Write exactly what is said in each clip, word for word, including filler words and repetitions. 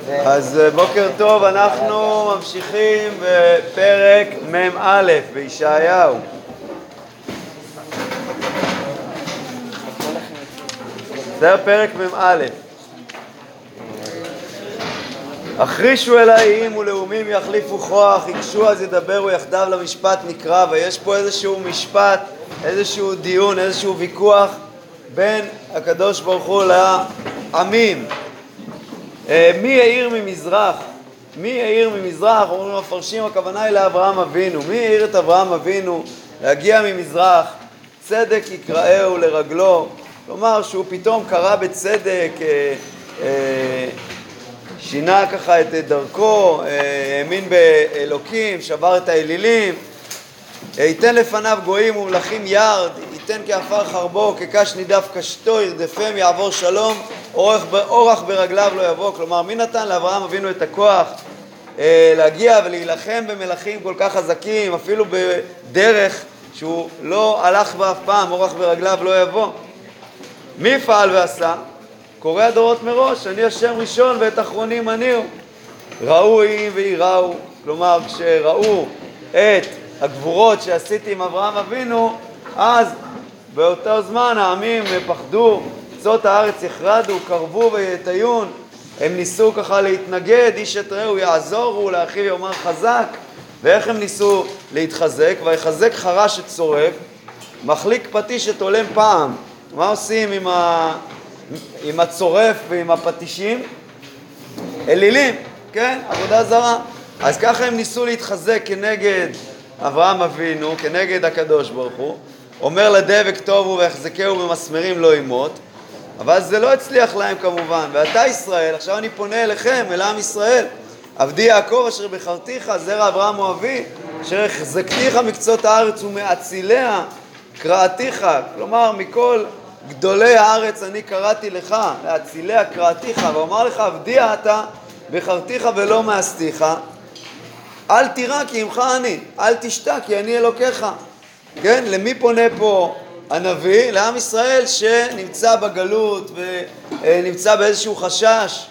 אז בוקר טוב, אנחנו ממשיכים בפרק מ"א בישעיהו. זה פרק מ"א. החרישו אל האיים ולאומים יחליפו כוח, יקשו אז ידברו יחדיו למשפט נקרא. ויש פה איזשהו משפט, איזשהו דיון, איזשהו ויכוח בין הקדוש ברוך הוא לעמים. מי יאיר ממזרח? מי יאיר ממזרח? אומרים המפרשים, הכוונה היא לאברהם אבינו. מי יאיר את אברהם אבינו להגיע ממזרח? צדק יקראהו לרגלו. כלומר שהוא פתאום קרא בצדק, אה, אה, שינה ככה את דרכו, האמין באלוקים, שבר את האלילים. ייתן לפניו גויים ומלכים ירד, ייתן כעפר חרבו, כקש נידף קשתו, ירדפם יעבור שלום, אורך, אורח ברגליו לא יבוא. כלומר, מי נתן לאברהם אבינו את הכוח אה, להגיע ולהילחם במלכים כל כך חזקים, אפילו בדרך שהוא לא הלך בה אף פעם, אורח ברגליו לא יבוא? מי פעל ועשה? קורא הדורות מראש, אני השם ראשון ואת אחרונים אני הוא. ראו איים ויראו, כלומר כשראו את הגבורות שעשיתי עם אברהם אבינו, אז באותו זמן העמים פחדו, קצות הארץ יחרדו, קרבו ויתיון, הם ניסו ככה להתנגד, איש את רעהו יעזורו, לאחיו יאמר חזק. ואיך הם ניסו להתחזק? ויחזק חרש את צורף, מחליק פטיש את עולם פעם. מה עושים עם, ה... עם הצורף ועם הפטישים? אלילים, כן? עבודה זרה. אז ככה הם ניסו להתחזק כנגד אברהם אבינו, כנגד הקדוש ברוך הוא. אומר לדבק טובו ויחזקהו במסמרים לא ימות, אבל זה לא הצליח להם כמובן. ואתה ישראל, עכשיו אני פונה אליכם, אל עם ישראל, עבדי יעקב אשר בחרתיך, זרע אברהם אוהבי, אשר החזקתיך מקצות הארץ ומאציליה קראתיך. כלומר, מכל גדולי הארץ אני קראתי לך, להציליה קראתיך, ואומר לך עבדי אתה בחרתיך ולא מאסתיך. אל תירא כי עמך אני, אל תשתא כי אני אלוקיך. כן, למי פונה פה הנביא? לעם ישראל שנמצא בגלות ונמצא באיזשהו חשש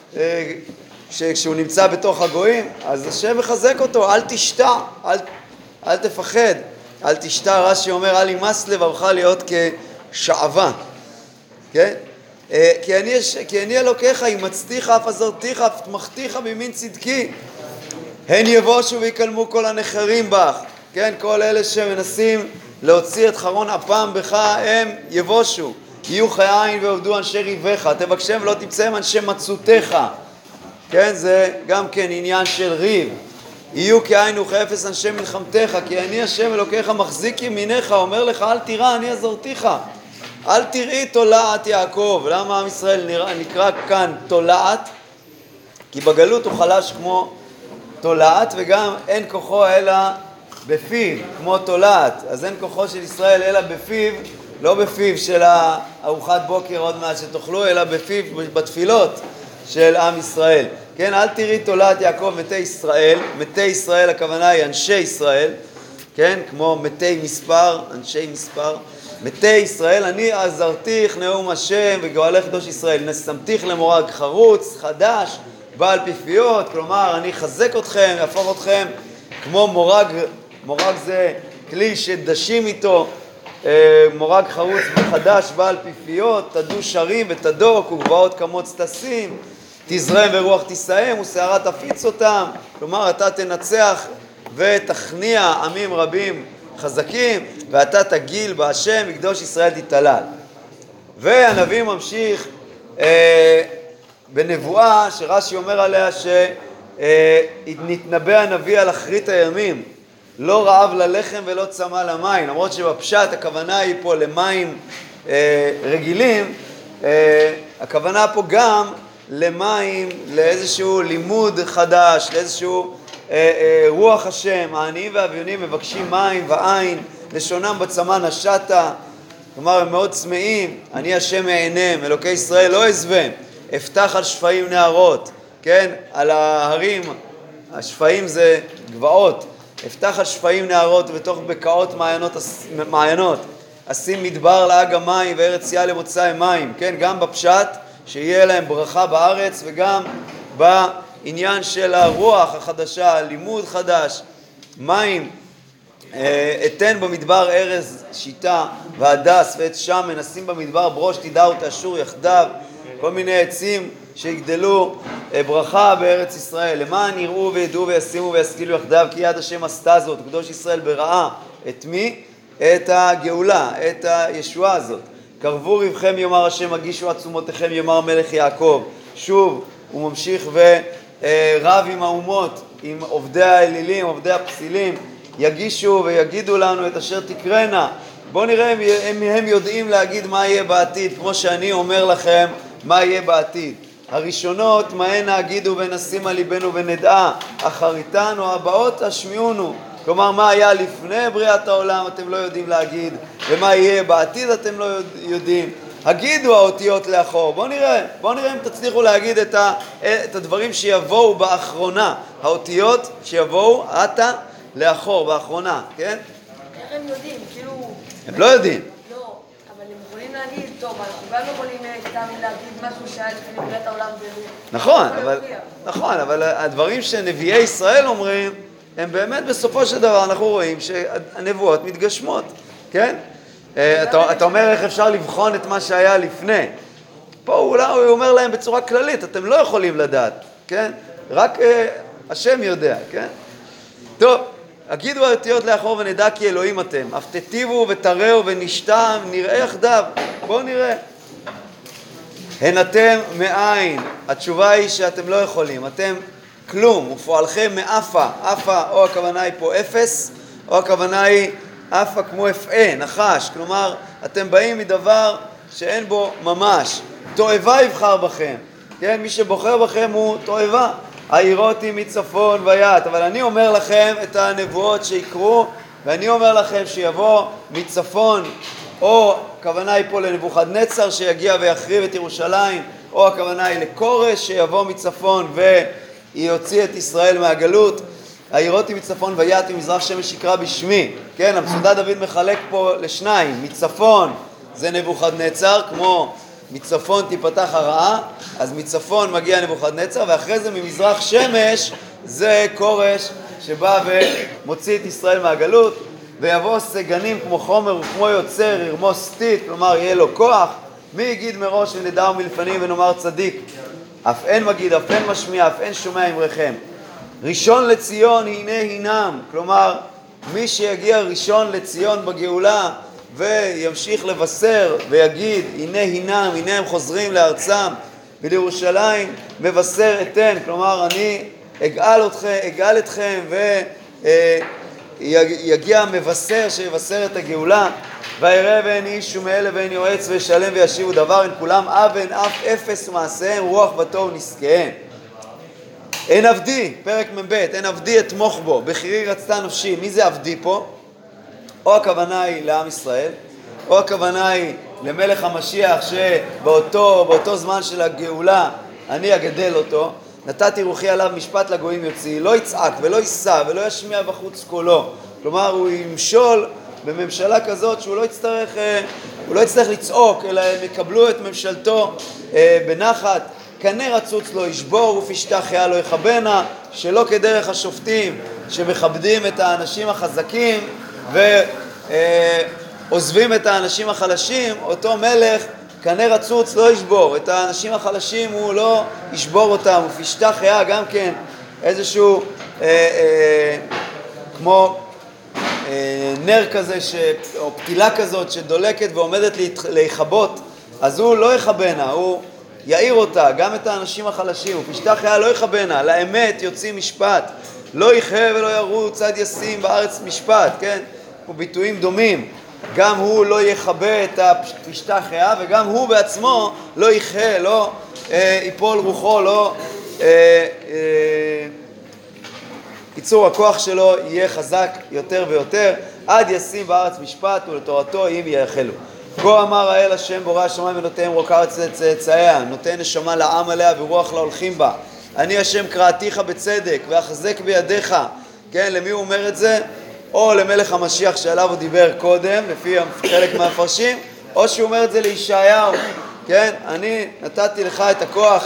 כשהוא נמצא בתוך הגויים. אז השם מחזק אותו, אל תשתא, אל, אל תפחד, אל תשתא. רש"י אומר, אל ימס לבבך להיות כשעבה. כן? כי אני, כי אני אלוקיך, ימצתיך אף עזרתיך אף תמכתיך בימין צדקי. הן יבושו ויקלמו כל הנחרים בך. כן, כל אלה שמנסים להוציא את חרון אפם בך, הם יבושו. יהיו חיין ועובדו אנשי ריבך, תבקשם ולא תמצאם אנשי מצותיך. כן, זה גם כן עניין של ריב. יהיו כעין וכאפס אנשי מלחמתך, כי אני השם אלוקיך מחזיק ימיניך, אומר לך אל תירא, אני עזרתיך. אל תראי תולעת יעקב. למה עם ישראל נראה, נקרא כאן תולעת? כי בגלות הוא חלש כמו תולעת, וגם אין כוחו אלא בפיו, כמו תולעת. אז אין כוחו של ישראל אלא בפיו, לא בפיו של ארוחת בוקר עוד מעט שתאכלו, אלא בפיו בתפילות של עם ישראל. כן, אל תראי תולעת יעקב מתי ישראל. מתי ישראל הכוונה היא אנשי ישראל, כן, כמו מתי מספר, אנשי מספר. מתי ישראל, אני עזרתיך נאום השם וגואלך קדוש ישראל, נשמתיך למורג חרוץ, חדש, בעל פיפיות. כלומר, אני חזק אתכם, יהפוך אתכם כמו מורג. מורג זה כלי שדשים איתו, מורג חרוץ וחדש, בעל פיפיות, תדו שרים ותדוק וגבעות כמוץ תשים, תזרם ורוח תסיים ושערה תפיץ אותם. כלומר, אתה תנצח ותכניע עמים רבים חזקים, ואתה תגיל בהשם מקדוש ישראל תתעלל. והנביא ממשיך אה, בנבואה שרש"י אומר עליה שנתנבא הנביא על אחרית הימים, לא רעב ללחם ולא צמא למים. למרות שבפשט הכוונה היא פה למים אה, רגילים, אה, הכוונה פה גם למים, לאיזשהו לימוד חדש, לאיזשהו אה, אה, רוח השם. העניים והאביונים מבקשים מים ועין, לשונם בצמא נשתה. כלומר, הם מאוד צמאים. אני השם מעיניהם, אלוקי ישראל לא עזבם. אפתח על שפעים נהרות, כן, על ההרים. השפעים זה גבעות. אפתח על שפעים נהרות ובתוך בקעות מעיינות, מעיינות. אשים מדבר לאג המים וארץ צייה למוצאי מים. כן, גם בפשט שיהיה להם ברכה בארץ, וגם בעניין של הרוח החדשה, לימוד חדש, מים, אתן במדבר ארז שיטה והדס ואת שם מנסים במדבר ברוש תדע ותאשור יחדיו, כל מיני עצים שיגדלו ברכה בארץ ישראל. למען יראו וידעו וישימו וישכילו יחדיו, כי יד השם עשתה זאת, קדוש ישראל בראה את מי? את הגאולה, את הישועה הזאת. קרבו ריבכם יאמר השם, הגישו עצומותיכם יאמר מלך יעקב. שוב הוא ממשיך ורב עם האומות, עם עובדי האלילים, עובדי הפסילים, יגישו ויגידו לנו את אשר תקרנה. בואו נראה אם הם יודעים להגיד מה יהיה בעתיד, כמו שאני אומר לכם מה יהיה בעתיד. הראשונות מהן הגידו ונשים על ליבנו ונדע, אחריתנו הבאות השמיעונו. כלומר, מה היה לפני בריאת העולם אתם לא יודעים להגיד, ומה יהיה בעתיד אתם לא יודעים. הגידו האותיות לאחור. בואו נראה, בואו נראה אם תצליחו להגיד את, ה, את הדברים שיבואו באחרונה, האותיות שיבואו עתה לאחור, באחרונה, כן? איך הם יודעים? כאילו... הם לא יודעים. לא, אבל הם יכולים להגיד, טוב, אנחנו גם יכולים סתם להגיד משהו שהיה לפני בריאת העולם. נכון, אבל, נכון, אבל הדברים שנביאי ישראל אומרים, הם באמת בסופו של דבר אנחנו רואים שהנבואות מתגשמות, כן? אתה, אתה אומר איך אפשר לבחון את מה שהיה לפני. פה אולי הוא אומר להם בצורה כללית, אתם לא יכולים לדעת, כן? רק השם יודע, כן? טוב, הגידו האותיות לאחור ונדע כי אלוהים אתם. אף תטיבו ותראו ונשתם, נראה יחדיו. בואו נראה. הן אתם מאין. התשובה היא שאתם לא יכולים. אתם כלום, ופועלכם מאפה. אפה, או הכוונה היא פה אפס, או הכוונה היא אפה כמו אפעה, נחש. כלומר, אתם באים מדבר שאין בו ממש. תועבה יבחר בכם. כן, מי שבוחר בכם הוא תועבה. העירותי מצפון ויית, אבל אני אומר לכם את הנבואות שיקרו, ואני אומר לכם שיבוא מצפון, או הכוונה היא פה לנבוכדנצר שיגיע ויחריב את ירושלים, או הכוונה היא לקורש שיבוא מצפון ויוציא את ישראל מהגלות. העירותי מצפון ויית ומזרח שמש יקרא בשמי. כן, המצודה דוד מחלק פה לשניים, מצפון זה נבוכדנצר, כמו מצפון תיפתח הרעה, אז מצפון מגיע נבוכדנצר, ואחרי זה ממזרח שמש זה קורש שבא ומוציא את ישראל מהגלות, ויבוא סגנים כמו חומר וכמו יוצר, ירמוס טיט, כלומר יהיה לו כוח. מי יגיד מראש ונדע מלפנים ונאמר צדיק? אף אין מגיד, אף אין משמיע, אף אין שומע אמריכם. ראשון לציון הנה הינם, כלומר מי שיגיע ראשון לציון בגאולה וימשיך לבשר ויגיד הנה הינם, הנה הם חוזרים לארצם ולירושלים מבשר אתן, כלומר אני אגאל אתכם, אגאל אתכם ויגיע מבשר שיבשר את הגאולה. וירא ואין איש ומאלה ואין יועץ וישלם וישיבו דבר, אין כולם אב ואין אף אפס מעשיהם רוח וטוב נזקיהם. אין עבדי, פרק מ"ב, אין עבדי אתמוך בו, בחירי רצתה נפשי. מי זה עבדי פה? או הכוונה היא לעם ישראל, או הכוונה היא למלך המשיח שבאותו באותו זמן של הגאולה אני אגדל אותו. נתתי רוחי עליו משפט לגויים יוציא, לא יצעק ולא יישא ולא ישמיע בחוץ קולו. כלומר הוא ימשול בממשלה כזאת שהוא לא יצטרך, הוא לא יצטרך לצעוק, אלא הם יקבלו את ממשלתו בנחת. כנה רצוץ לא ישבור ופשטח חיה לא יכבנה, שלא כדרך השופטים שמכבדים את האנשים החזקים ועוזבים את האנשים החלשים. אותו מלך כנה רצוץ לא ישבור, את האנשים החלשים הוא לא ישבור אותם. ופשטח חיה גם כן איזשהו אה, אה, כמו אה, נר כזה ש, או פתילה כזאת שדולקת ועומדת להיכבות, אז הוא לא יכבנה, הוא יאיר אותה, גם את האנשים החלשים. ופשטח חיה לא יכבנה, לאמת יוצאים משפט, לא יחיה ולא ירוץ עד ישים בארץ משפט, כן? וביטויים דומים. גם הוא לא יכבה את הפשטח חיה, וגם הוא בעצמו לא יחיה, לא אה, יפול רוחו, לא אה, אה, קיצור הכוח שלו יהיה חזק יותר ויותר, עד ישים בארץ משפט ולתורתו אם יאכלו. כה אמר האל השם בורא השמיים ונותן רוק ארץ לצאצאיה, נותן נשמה לעם עליה ורוח להולכים בה. אני השם קראתיך בצדק ואחזק בידיך. כן, למי הוא אומר את זה? או למלך המשיח שעליו הוא דיבר קודם, לפי חלק מהמפרשים, או שהוא אומר את זה לישעיהו. כן, אני נתתי לך את הכוח,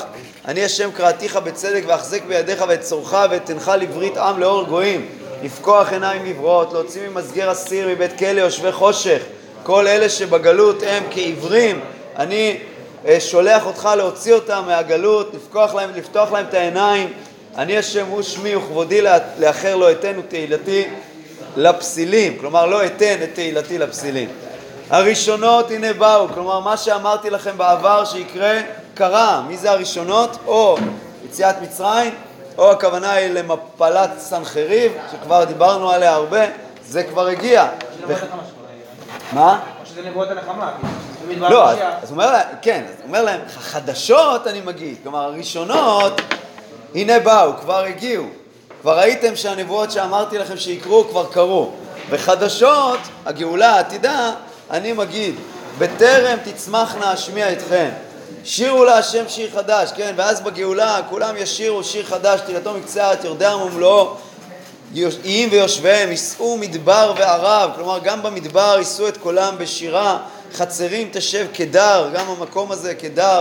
אני השם קראתיך בצדק ואחזק בידיך ואת צורך ותנך לברית עם לאור גויים, לפקוח עיניים עברות, להוציא ממסגר אסיר מבית כלא יושבי חושך, כל אלה שבגלות הם כעיוורים, אני שולח אותך להוציא אותם מהגלות, לפקוח להם, לפתוח להם את העיניים. אני השם הוא שמי וכבודי, לאחר לא אתן ותהילתי לפסילים, כלומר לא אתן את תהילתי לפסילים. הראשונות הנה באו, כלומר מה שאמרתי לכם בעבר שיקרה קרה. מי זה הראשונות? או יציאת מצרים, או הכוונה היא למפלת סנחריב שכבר דיברנו עליה הרבה, זה כבר הגיע. מה? או שזה נבואות הנחמה? לא, אז הוא אומר להם, כן, אז הוא אומר להם, חדשות אני מגיד, כלומר הראשונות הנה באו, כבר הגיעו, כבר ראיתם שהנבואות שאמרתי לכם שיקרו כבר קרו, וחדשות, הגאולה העתידה, אני מגיד, בטרם תצמחנה אשמיע אתכם, שירו להשם שיר חדש, כן, ואז בגאולה כולם ישירו שיר חדש, תהילתו מקצה הארץ יורדם ומלואו, איים ויושביהם, יישאו מדבר וערב, כלומר גם במדבר יישאו את קולם בשירה, חצרים תשב כדר, גם המקום הזה כדר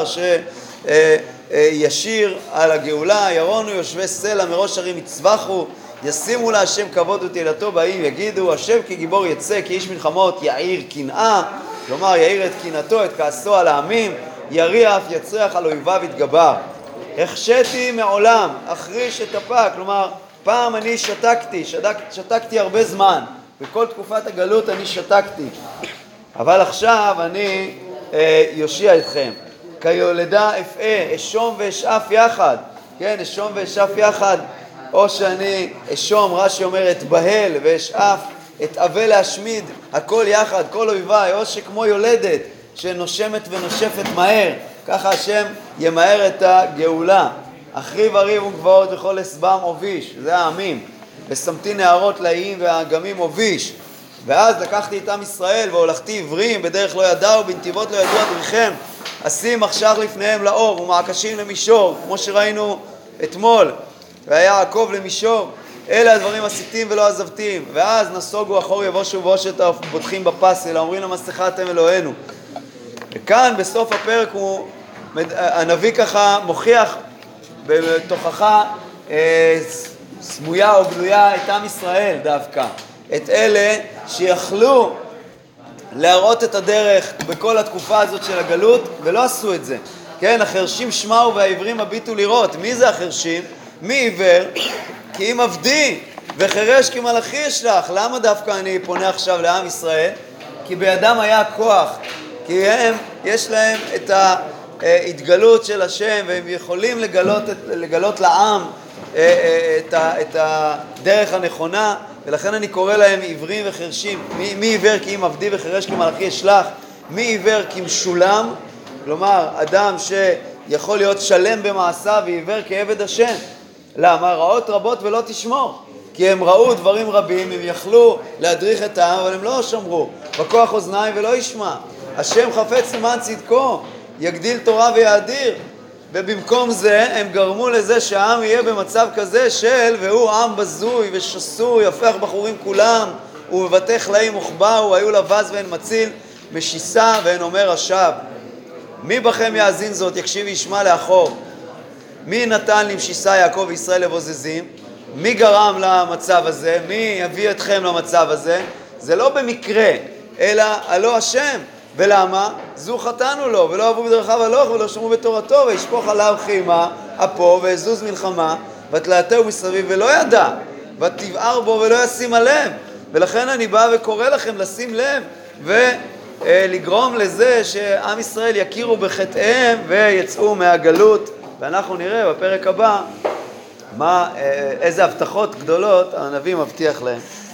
שישיר על הגאולה, ירונו יושבי סלע מראש הרים יצבחו, ישימו להשם כבוד ותהילתו באים, יגידו השם כגיבור יצא, כאיש מלחמות יעיר קנאה, כלומר יעיר את קנאתו, את כעסו על העמים, יריח יצריח על אויביו יתגבר. החשיתי מעולם, אחריש את הפה, כלומר פעם אני שתקתי, שתק, שתקתי הרבה זמן, בכל תקופת הגלות אני שתקתי, אבל עכשיו אני אה, יושיע אתכם. כיולדה אפעה, אשום ואשאף יחד, כן, אשום ואשאף יחד, או שאני אשום, רש"י אומר, אתבהל ואשאף, אתאווה להשמיד, הכל יחד, כל אויביי, או שכמו יולדת שנושמת ונושפת מהר, ככה השם ימהר את הגאולה. אחריב הריב וגבעות וכל אסבם הוביש, זה העמים, ושמתי נערות לאיים והאגמים הוביש, ואז לקחתי את עם ישראל והולכתי עברים, בדרך לא ידעו, בנתיבות לא ידעו אדריכם, אשים מחשך לפניהם לאור ומעקשים למישור, כמו שראינו אתמול, והיה יעקב למישור, אלה הדברים עשיתים ולא עזבתים, ואז נסוגו אחור יבושו ובושת הבוטחים בפסל, אומרים למסכה אתם אלוהינו. וכאן בסוף הפרק הוא, הנביא ככה מוכיח בתוכחה אה, סמויה או גלויה את עם ישראל דווקא, את אלה שיכלו להראות את הדרך בכל התקופה הזאת של הגלות ולא עשו את זה, כן, החרשים שמעו והעברים הביטו לראות. מי זה החרשים? מי עיוור? כי אם עבדי וחרש כי מלאכי ישלח. למה דווקא אני פונה עכשיו לעם ישראל? כי בידם היה כוח, כי הם יש להם את ההתגלות של השם והם יכולים לגלות, לגלות לעם את, ה, את הדרך הנכונה, ולכן אני קורא להם עיוורים וחרשים. מי, מי עיוור כי אם עבדי וחרש כי מלאכי ישלח? מי עיוור כי משולם, כלומר אדם שיכול להיות שלם במעשיו ועיוור כעבד השם. למה? רעות רבות ולא תשמור, כי הם ראו דברים רבים, הם יכלו להדריך את העם אבל הם לא שמרו, בכוח אוזניים ולא ישמע. השם חפץ למען צדקו, יגדיל תורה ויאדיר, ובמקום זה הם גרמו לזה שהעם יהיה במצב כזה של והוא עם בזוי ושסוי, הפך בחורים כולם, ובבתי חלאים וכבאו, היו לבז ואין מציל, משיסה ואין אומר השב. מי בכם יאזין זאת, יקשיב וישמע לאחור? מי נתן למשיסה יעקב וישראל לבוזזים? מי גרם למצב הזה? מי הביא אתכם למצב הזה? זה לא במקרה, אלא הלא השם. ולמה? זו חטאנו לו, ולא אהבו בדרכיו הלוך ולא שמעו בתורתו, וישפוך עליו חימה, אפו, ויזוז מלחמה, ותלעתהו מסביב ולא ידע, ותבער בו ולא ישים עליהם. ולכן אני בא וקורא לכם לשים לב, ולגרום לזה שעם ישראל יכירו בחטאיהם, ויצאו מהגלות. ואנחנו נראה בפרק הבא מה, איזה הבטחות גדולות הנביא מבטיח להם.